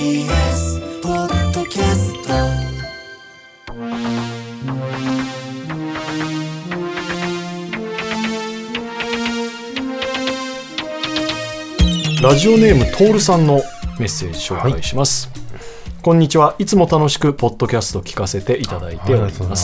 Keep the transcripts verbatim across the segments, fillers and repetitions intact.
ーエス ポッドキャスト。ラジオネームトールさんのメッセージ紹介します、はい、こんにちは。いつも楽しくポッドキャスト聞かせていただいております。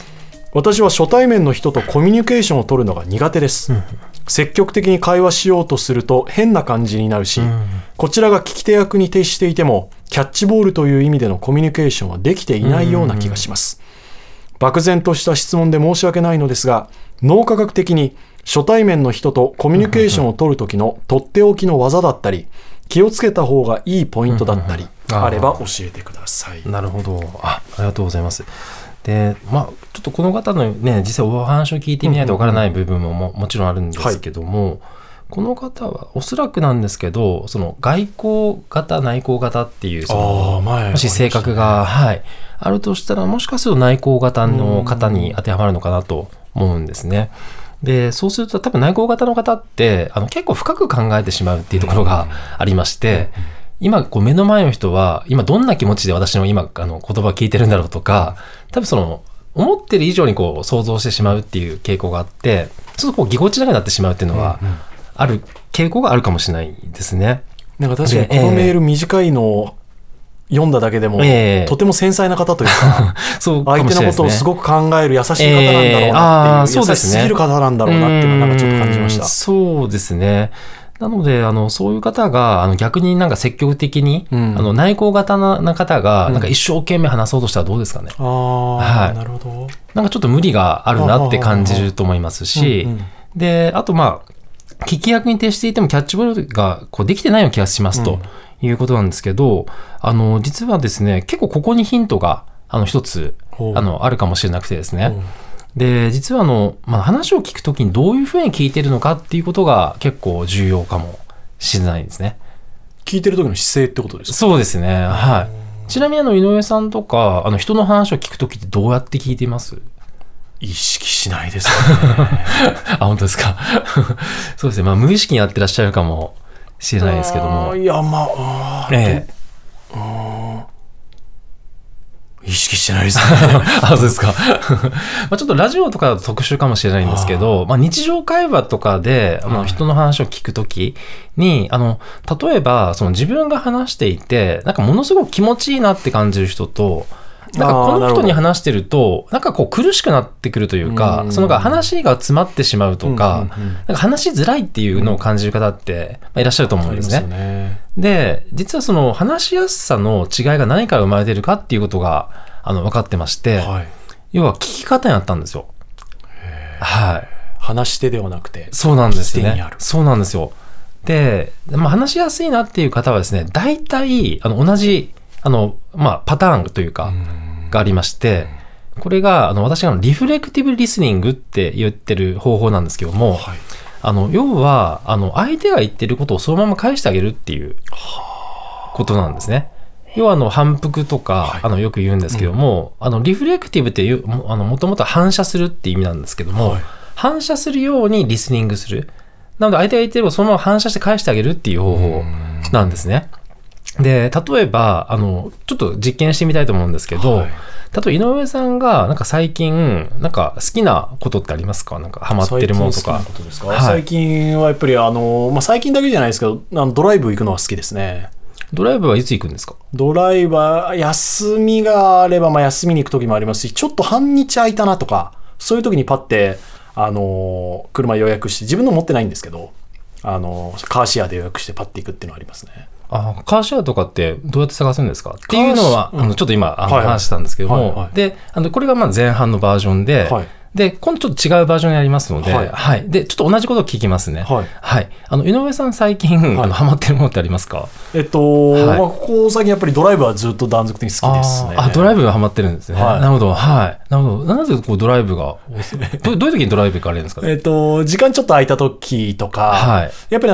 私は初対面の人とコミュニケーションを取るのが苦手です、うん、積極的に会話しようとすると変な感じになるし、うん、こちらが聞き手役に徹していてもキャッチボールという意味でのコミュニケーションはできていないような気がします、うん、漠然とした質問で申し訳ないのですが、脳科学的に初対面の人とコミュニケーションを取る時のとっておきの技だったり、気をつけた方がいいポイントだったりあれば教えてください。 なるほど。 あ, ありがとうございます。で、まあ、ちょっとこの方のね、実際お話を聞いてみないとわからない部分も も, もちろんあるんですけども、はい、この方はおそらくなんですけど、その外向型内向型っていうそのもし性格が、はい、あるとしたら、もしかすると内向型の方に当てはまるのかなと思うんですね。で、そうすると多分内向型の方ってあの結構深く考えてしまうっていうところがありまして、今こう目の前の人は今どんな気持ちで私の今あの言葉を聞いてるんだろうとか、多分その思ってる以上にこう想像してしまうっていう傾向があって、ちょっとこうぎこちなくなってしまうっていうのはある傾向があるかもしれないですね。 なんか確かにこのメール短いのを読んだだけでも、えー、とても繊細な方というかそうかもしれないですね、相手のことをすごく考える優しい方なんだろうなっていう、えー、あそうですね、優しすぎる方なんだろうなっていうのはなんかちょっと感じました。 そうですね。なのであのそういう方があの逆になんか積極的に、うん、あの内向型 な, な方がなんか一生懸命話そうとしたらどうですかね、うん、 あ、はい、なるほど。 なんかちょっと無理があるなって感じると思いますし、うんうん、であとまあ聞き役に徹していてもキャッチボールがこうできてないような気がしますということなんですけど、うん、あの実はですね、結構ここにヒントがあの一つあのあるかもしれなくてですね、で実はあの、まあ、話を聞くときにどういうふうに聞いてるのかっていうことが結構重要かもしれないですね。 聞いてる時の姿勢ってことですか？ そうですね、はい。ちなみにあの井上さんとかあの人の話を聞くときってどうやって聞いています？ 意識しないですねあ、本当ですかそうですね、まあ、無意識にやってらっしゃるかもしれないですけども、 あ、いやまあ、ええ、あ、意識してないですねあ、そうですかまあちょっとラジオとかだと特殊かもしれないんですけど、まあ、日常会話とかであの人の話を聞くときに、あの例えばその自分が話していてなんかものすごく気持ちいいなって感じる人と、なんかこの人に話してるとなんかこう苦しくなってくるというか、その話が詰まってしまうとか、うんうんうん、なんか話しづらいっていうのを感じる方っていらっしゃると思うんですね。うん、ね。で、実はその話しやすさの違いが何から生まれているかっていうことがあの分かってまして、はい、要は聞き方にあったんですよ。はい。 話し手ではなくて、 そうなんですよね。そうなんですよ。で、まあ、話しやすいなっていう方はですね、大体あの同じあの、まあ、パターンというかがありまして、これがあの私がリフレクティブリスニングって言ってる方法なんですけども、はい、あの要はあの相手が言ってることをそのまま返してあげるっていうことなんですね。要はあの反復とか、はい、あのよく言うんですけども、うん、あのリフレクティブっていうあのもともと反射するっていう意味なんですけども、はい、反射するようにリスニングする。なので相手が言ってることをそのまま反射して返してあげるっていう方法なんですね。で、例えばあのちょっと実験してみたいと思うんですけど、はい、例えば井上さんがなんか最近なんか好きなことってありますか？なんかハマってるものとか。 最近好きなことですか？はい、最近はやっぱりあの、まあ、最近だけじゃないですけど、あのドライブ行くのは好きですね。 ドライブはいつ行くんですか？ ドライブは休みがあれば、まあ、休みに行く時もありますし、ちょっと半日空いたなとか、そういう時にパッてあの車予約して、自分の持ってないんですけど、あのカーシェアで予約してパッて行くっていうのはありますね。 あ、カーシェアとかってどうやって探すんですかっていうのは、うん、あのちょっと今あの話したんですけども、はいはいはい、であのこれがまあ前半のバージョンで、はい、で今度ちょっと違うバージョンやりますので、はいはい、でちょっと同じことを聞きますね。はいはい、あの井上さん最近、はい、あのハマってるものってありますか？ えっと、はい、まあ、ここ最近やっぱりドライブはずっと断続的に好きですね。 ああ、ドライブがハマってるんですね。はい、なるほど、はい、なるほど。なぜこうドライブがど, どういう時にドライブ行かれるんですかね？ えっと時間ちょっと空いた時とか、はい、やっぱりなんか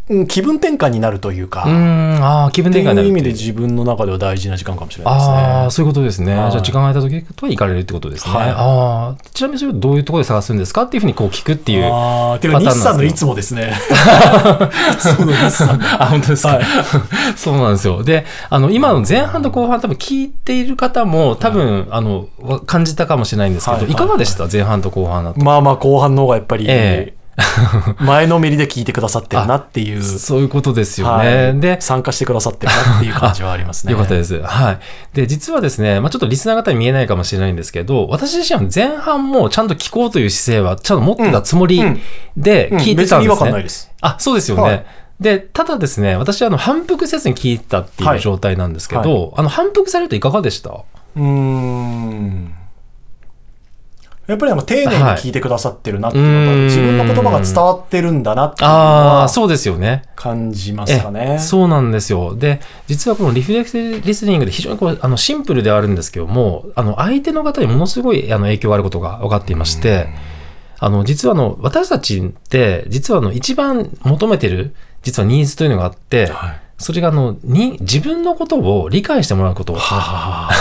気分転換になるというか、 うん、あ気分転換になるっていう意味で自分の中では大事な時間かもしれないですね。 ああ、そういうことですね。 はい、 じゃあ時間が空いた時とは行かれるってことですね。はい、あちなみにそれどういうところで探すんですかっていうふうにこう聞くっていうパターンなんですけど。 ああ、てか日産のいつもですね。いつもの日産の。 あ、本当ですか。 はい、 そうなんですよ。で、あの今の前半と後半多分聞いている方も多分、はい、あの感じたかもしれないんですけど、はいはいはい、いかがでした前半と後半だと。 まあまあ後半の方がやっぱり、えー前のめりで聞いてくださってるなっていうそういうことですよね、 はい、 で参加してくださってるなっていう感じはありますね。 よかったです、はい、で実はですね、まあ、ちょっとリスナー方に見えないかもしれないんですけど、私自身は前半もちゃんと聞こうという姿勢はちゃんと持ってたつもりで聞いてたんですね、うんうん、別に違和感ないです。あ、そうですよね、はい、でただですね、私はあの反復せずに聞いたっていう状態なんですけど、はいはい、あの反復されるといかがでした？ うーんやっぱり丁寧に聞いてくださってるなっていうのと、はい、自分の言葉が伝わってるんだなっていうのはそうですよね感じますかね。 そうなんですよ。で実はこのリフレクティブリスニングで非常にこうあのシンプルではあるんですけども、あの相手の方にものすごいあの影響があることが分かっていまして、あの実はあの私たちって実はあの一番求めてる実はニーズというのがあって、はい、それがあのに自分のことを理解してもらうこと、はい、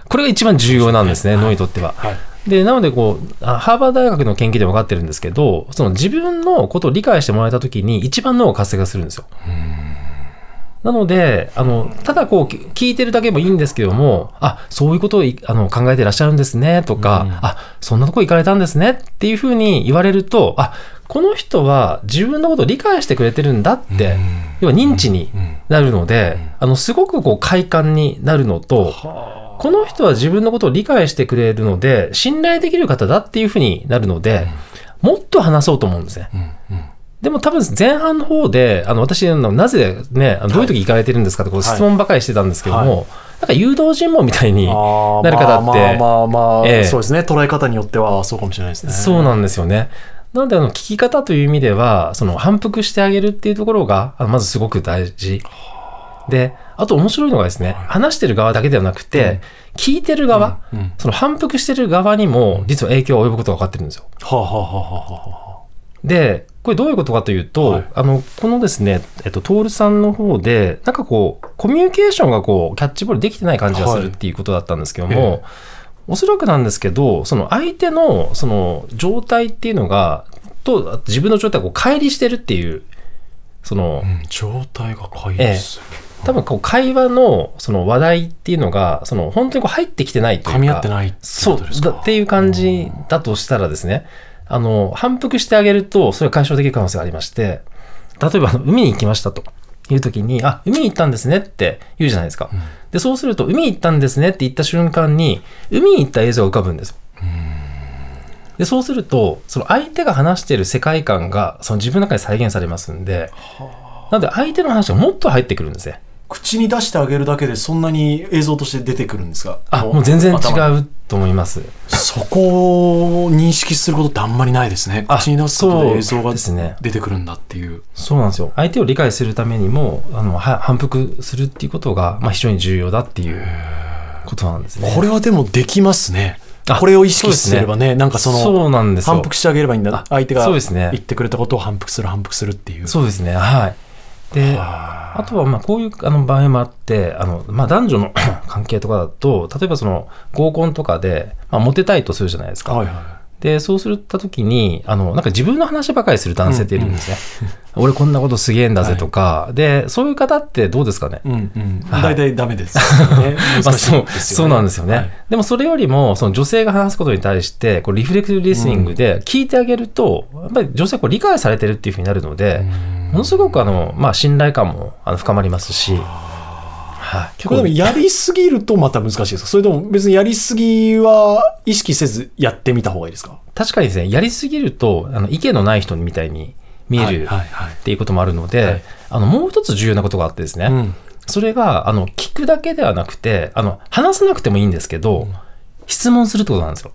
これが一番重要なんですね、はい、脳にとっては。はい、でなのでこうハーバード大学の研究で分かってるんですけど、その自分のことを理解してもらえたときに一番脳が活性化するんですよ。なのであのただこう聞いてるだけもいいんですけども、あそういうことをあの考えてらっしゃるんですねとか、あそんなとこ行かれたんですねっていうふうに言われると、あこの人は自分のことを理解してくれてるんだって要は認知になるので、あのすごくこう快感になるのと、この人は自分のことを理解してくれるので信頼できる方だっていうふうになるので、うん、もっと話そうと思うんですね、うんうん、でも多分前半の方であの私のなぜねあのどういう時行かれてるんですかってこう質問ばかりしてたんですけども、はいはい、なんか誘導尋問みたいになる方って、 まあまあまあ、えー、そうですね、捉え方によってはそうかもしれないですね。 そうなんですよね。なのであの聞き方という意味ではその反復してあげるっていうところがあのまずすごく大事で、あと面白いのがですね、話してる側だけではなくて、うん、聞いてる側、うんうん、その反復してる側にも実は影響が及ぶことが分かってるんですよ。はあはあはあはあ、でこれどういうことかというと、はい、あのこのですね、えっと、トールさんの方でなんかこうコミュニケーションがこうキャッチボールできてない感じがするっていうことだったんですけども、はい、おそらくなんですけどその相手のその状態っていうのがと自分の状態がこう乖離してるっていうその、うん、 状態が乖離する、ええ多分こう会話 の, その話題っていうのがその本当にこう入ってきてないというか噛み合ってないってことですか。 そうだっていう感じだとしたらですね、あの反復してあげるとそれが解消できる可能性がありまして、例えば海に行きましたという時にあ海に行ったんですねって言うじゃないですか、うん、でそうすると海に行ったんですねって言った瞬間に海に行った映像が浮かぶんです。うーんでそうするとその相手が話している世界観がその自分の中に再現されますんで、なので相手の話がもっと入ってくるんですね。 口に出してあげるだけでそんなに映像として出てくるんですか？ あ、もう全然違うと思います。 そこを認識することってあんまりないですね。口に出すことで映像が出てくるんだっていう。 そうなんですよ。相手を理解するためにもあの反復するっていうことが、まあ、非常に重要だっていうことなんですね。 これはでもできますね。これを意識すれば ね, ねなんかそのそうなんですよ。 反復してあげればいいんだ。相手が言ってくれたことを反復する反復するっていう。 そうですね。はい。であとはまあこういうあの場合もあってあの、まあ、男女の関係とかだと例えばその合コンとかで、まあ、モテたいとするじゃないですか、はいはい、でそうするった時にあのなんか自分の話ばかりする男性っているんですね、うんうん、俺こんなことすげえんだぜとか、はい、でそういう方ってどうですかね、 うんうん、大体ダメですよね。 まあ、そうそうなんですよね、はい、でもそれよりもその女性が話すことに対してこうリフレクティブリスニングで聞いてあげると、うん、やっぱり女性はこう理解されてるっていうふうになるので、うんものすごくあの、まあ、信頼感もあの深まりますし、 はい、これでもやりすぎるとまた難しいですか？それとも別にやりすぎは意識せずやってみた方がいいですか？ 確かにですね、やりすぎるとあの意見のない人みたいに見えるっていうこともあるので、はいはいはい、あのもう一つ重要なことがあってですね、うん、それがあの聞くだけではなくてあの話さなくてもいいんですけど、うん、質問するってことなんですよ。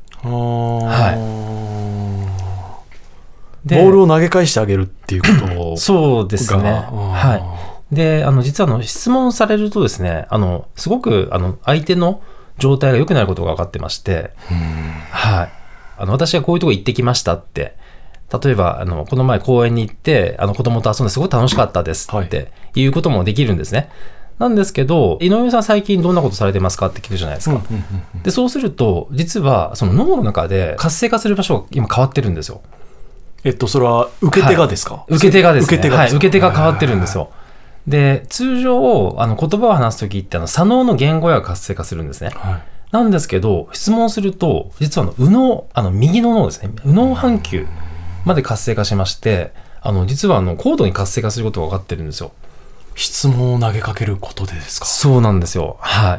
はいボールを投げ返してあげるっていうことがそうですね、はい、であの実はあの質問されるとですねあのすごくあの相手の状態が良くなることが分かってまして、はい、あの私はこういうとこ行ってきましたって例えばあのこの前公園に行ってあの子供と遊んですごい楽しかったですっていうこともできるんですね。なんですけど、井上さん最近どんなことされてますかって聞くじゃないですか。でそうすると実はその脳の中で活性化する場所が今変わってるんですよ。 えっとそれは受け手がですか？ はい、受け手がですね。 受け手がですか？ はい、受け手が変わってるんですよ。で通常あの言葉を話すときってあの左脳の言語が活性化するんですね。はい、なんですけど質問すると実はあの右脳、あの右の脳ですね、右脳半球まで活性化しまして、あの実はあの高度に活性化することが分かってるんですよ。 質問を投げかけることでですか？ そうなんですよ。はい。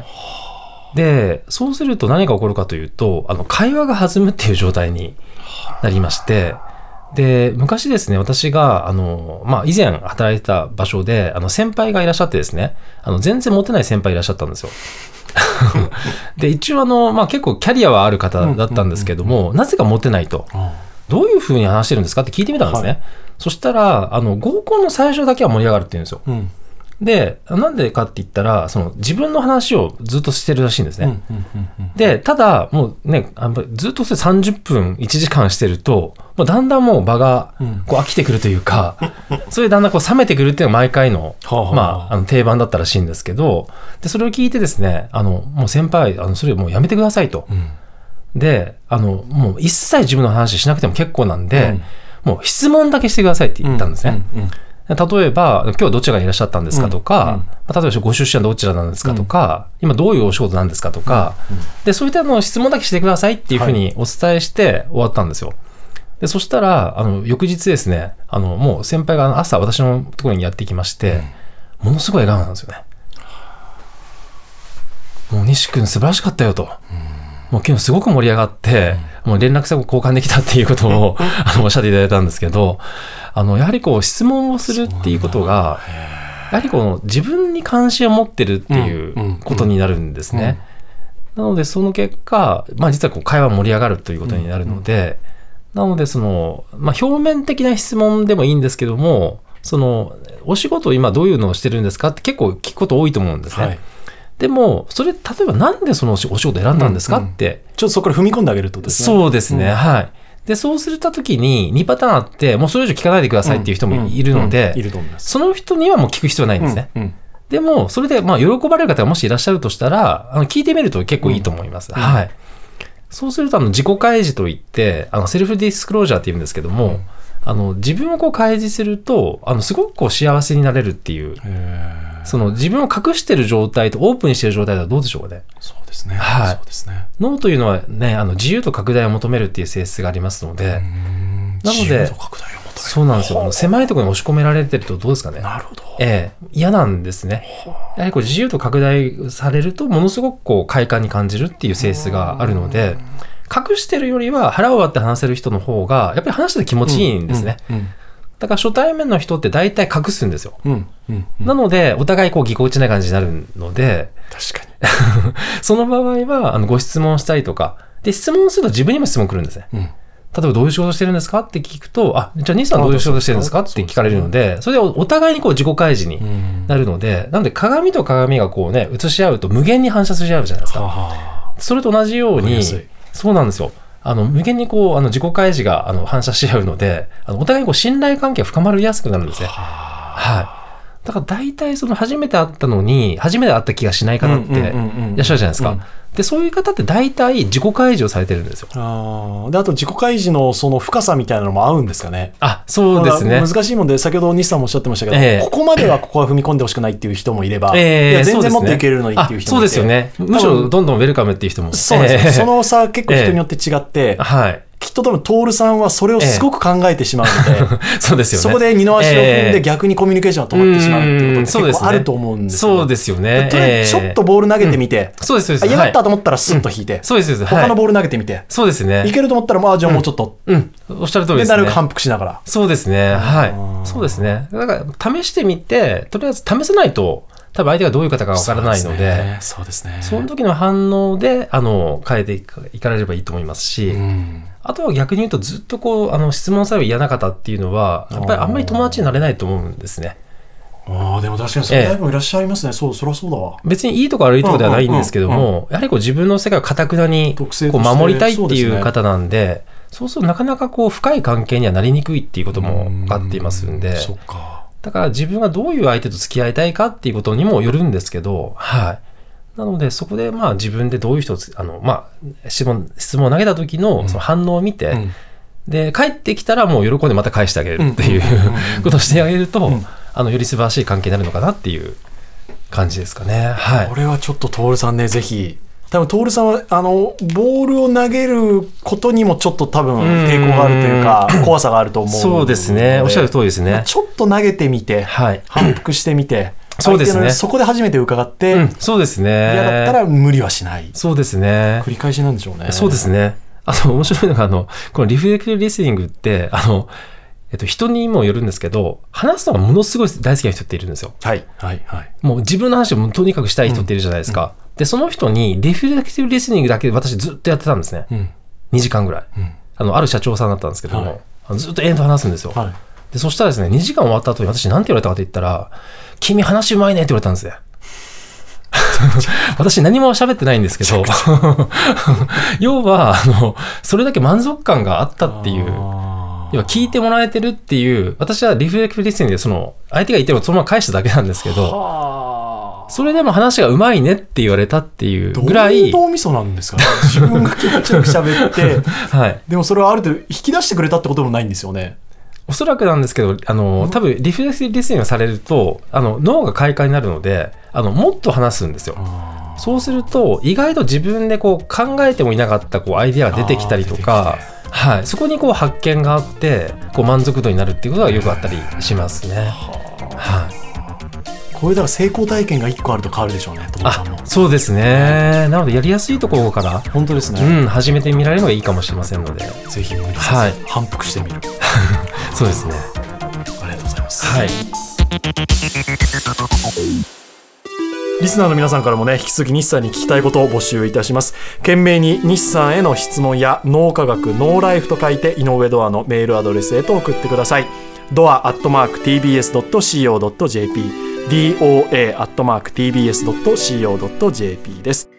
でそうすると何が起こるかというと、あの会話が弾むっていう状態になりまして、で昔ですね、私があの、まあ、以前働いてた場所であの先輩がいらっしゃってですね、あの全然モテない先輩いらっしゃったんですよ。で一応あの、まあ、結構キャリアはある方だったんですけども、なぜかモテないと。どういうふうに話してるんですかって聞いてみたんですね。はい、そしたらあの合コンの最初だけは盛り上がるって言うんですよ。うん、でなんでかって言ったらその自分の話をずっとしてるらしいんですね。でただもうね、あんまりずっとさんじゅっぷんいちじかんしてるともうだんだんもう場がこう飽きてくるというか、うん、それでだんだんこう冷めてくるっていうのが毎回の、まあ、あの定番だったらしいんですけど、でそれを聞いてですね、あのもう先輩あのそれもうやめてくださいと。うん、であのもう一切自分の話しなくても結構なんで、うん、もう質問だけしてくださいって言ったんですね。うんうんうん、例えば今日はどちらがいらっしゃったんですかとか、うんうん、例えばご出身はどちらなんですかとか、うん、今どういうお仕事なんですかとか、うんうん、でそういったのを質問だけしてくださいっていうふうにお伝えして終わったんですよ。でそしたらあの翌日ですね、あのもう先輩が朝私のところにやってきまして、うん、ものすごい笑顔なんですよね。もう西君素晴らしかったよと、うん、もう昨日すごく盛り上がって、うん、もう連絡先も交換できたっていうことをあのおっしゃっていただいたんですけど、あのやはりこう質問をするっていうことがやはりこの自分に関心を持ってるっていうことになるんですね。なのでその結果、まあ、実はこう会話盛り上がるということになるので、なのでその、まあ、表面的な質問でもいいんですけども、そのお仕事今どういうのをしてるんですかって結構聞くこと多いと思うんですね。はい、でもそれ例えばなんでそのお仕事選んだんですかって、 うんうん、ちょっとそこから踏み込んであげるってことですね。 そうですね、うん、はい。でそうするときににパターンあって、もうそれ以上聞かないでくださいっていう人もいるので、その人にはもう聞く必要はないんですね。うんうん、でもそれでまあ喜ばれる方がもしいらっしゃるとしたら、あの聞いてみると結構いいと思います。うん、はい。そうするとあの自己開示といってあのセルフディスクロージャーっていうんですけども、うん、あの自分をこう開示するとあのすごくこう幸せになれるっていう、その自分を隠している状態とオープンにしている状態ではどうでしょうかね。 そうですね。 はい。 そうですね。 脳というのはね、あの自由と拡大を求めるっていう性質がありますので、なのでそうなんですよ。あの狭いところに押し込められてるとどうですかね。 なるほど。 ええ、嫌なんですね。やはりこう自由と拡大されるとものすごくこう快感に感じるっていう性質があるので、隠してるよりは腹を割って話せる人の方がやっぱり話してて気持ちいいんですね。うんうんうん、だから初対面の人って大体隠すんですよ。うんうんうん、なのでお互いこうぎこちない感じになるので、 確かにその場合はあのご質問したりとかで、質問すると自分にも質問来るんですね。うん、例えばどういう仕事してるんですかって聞くと、あ、じゃあ西さんどういう仕事してるんですかって聞かれるので、それでお互いにこう自己開示になるので、なので鏡と鏡がこうね映し合うと無限に反射し合うじゃないですか。はは、それと同じように、そうなんですよ。あの無限にこうあの自己開示があの反射し合うので、あのお互いにこう信頼関係が深まりやすくなるんですね。はい。だから大体その初めて会ったのに初めて会った気がしない方っていらっしゃるじゃないですか。でそういう方って大体自己開示をされてるんですよ。 あであと自己開示のその深さみたいなのも合うんですかね。 あ、そうですね。 難しいもんで先ほど西さんもおっしゃってましたけど、えー、ここまではここは踏み込んでほしくないっていう人もいれば、 えー、 いや全然もっといけるのにっていう人もいて、 そうですね。むしろどんどんウェルカムっていう人もそうです、えー、その差結構人によって違って、えー、はいきっと多分徹さんはそれをすごく考えてしまうので、ええ、そうですよね。そこで二の足を踏んで逆にコミュニケーションが止まってしまうっていうことって結構あると思うんですよ。 そうですよね。 とりあえずちょっとボール投げてみて、 うん、そうですそうです。 嫌だったと思ったらスッと引いて、うん、 そうですそうです。 他のボール投げてみて、はい、 そうですね。 いけると思ったらまあじゃあもうちょっと、 うんうん、おっしゃる通りですね。 でなるべく反復しながら。 そうですね。はい。そうですね。だから試してみて、とりあえず試さないと。多分相手がどういう方かわからないので、 そうですね。 その時の反応であの変えていかれればいいと思いますし、うん、あとは逆に言うとずっとこうあの質問さえ嫌な方っていうのはやっぱりあんまり友達になれないと思うんですね。 ああでも確かにそういうタイプもいらっしゃいますね。ええ、そうそりゃそうだわ。 別にいいとこ悪いとこではないんですけども、うんうんうんうん、やはりこう自分の世界を堅くなにこう守りたいっていう方なんで、 そうするとなかなかこう深い関係にはなりにくいっていうことも分かっていますんで、 そっか。 だから自分がどういう相手と付き合いたいかっていうことにもよるんですけど、はい。なのでそこでまあ自分でどういう人をあの、まあ、質問、質問を投げた時のその反応を見て、うん、で帰ってきたらもう喜んでまた返してあげるっていうことをしてあげると、うん、あのより素晴らしい関係になるのかなっていう感じですかね。はい。 これはちょっと徹さんね、ぜひ。多分徹さんはあのボールを投げることにもちょっと多分抵抗があるというか怖さがあると思うので、 そうですね、おっしゃる通りですね。 ちょっと投げてみて、はい、反復してみて、 そうですね、 そこで初めて伺って、 うん、そうですね、 嫌だったら無理はしない、 そうですね、 繰り返しなんでしょうね。 そうですね。あと面白いのがあのこのリフレクティブリスニングってあのえっと、人にもよるんですけど、話すのがものすごい大好きな人っているんですよ。 はいはいはい。 もう自分の話をとにかくしたい人っているじゃないですか。うんうん、でその人にリフレクティブリスニングだけで私ずっとやってたんですね。うん、にじかんぐらい、うん、あのある社長さんだったんですけども、はい、ずっと延々と話すんですよ。はい、でそしたらですね、にじかん終わった後に私何て言われたかと言ったら、君話うまいねって言われたんですよ。私何も喋ってないんですけど要はあのそれだけ満足感があったっていう、要は聞いてもらえてるっていう、私はリフレクティブリスニングでその相手が言ってるのをそのまま返しただけなんですけど、それでも話がうまいねって言われたっていうぐらい。 どういう脳みそなんですかね。自分が気持ちよく喋って、はい、でもそれはある程度引き出してくれたってこともないんですよね。 おそらくなんですけど、あの多分リフレクティブリスニングされるとあの脳が快感になるので、あのもっと話すんですよ。そうすると意外と自分でこう考えてもいなかったこうアイデアが出てきたりとか、はい、そこにこう発見があってこう満足度になるっていうことがよくあったりしますね。はい、 こういうだから成功体験がいっこあると変わるでしょうね。友さんも。 そうですね。なのでやりやすいところから本当ですね、 うん、始めてみられるのがいいかもしれませんので、 ぜひ無理せず、はい、反復してみるそうですね。 ありがとうございます。 はい。 リスナーの皆さんからもね、引き続き日産に聞きたいことを募集いたします。懸命に日産への質問や脳科学ノーライフと書いて井上ドアのメールアドレスへと送ってください。ドアアットマーク ティービーエスドットシーオードットジェーピー ドア アットマーク ティービーエスドットシーオードットジェーピー です。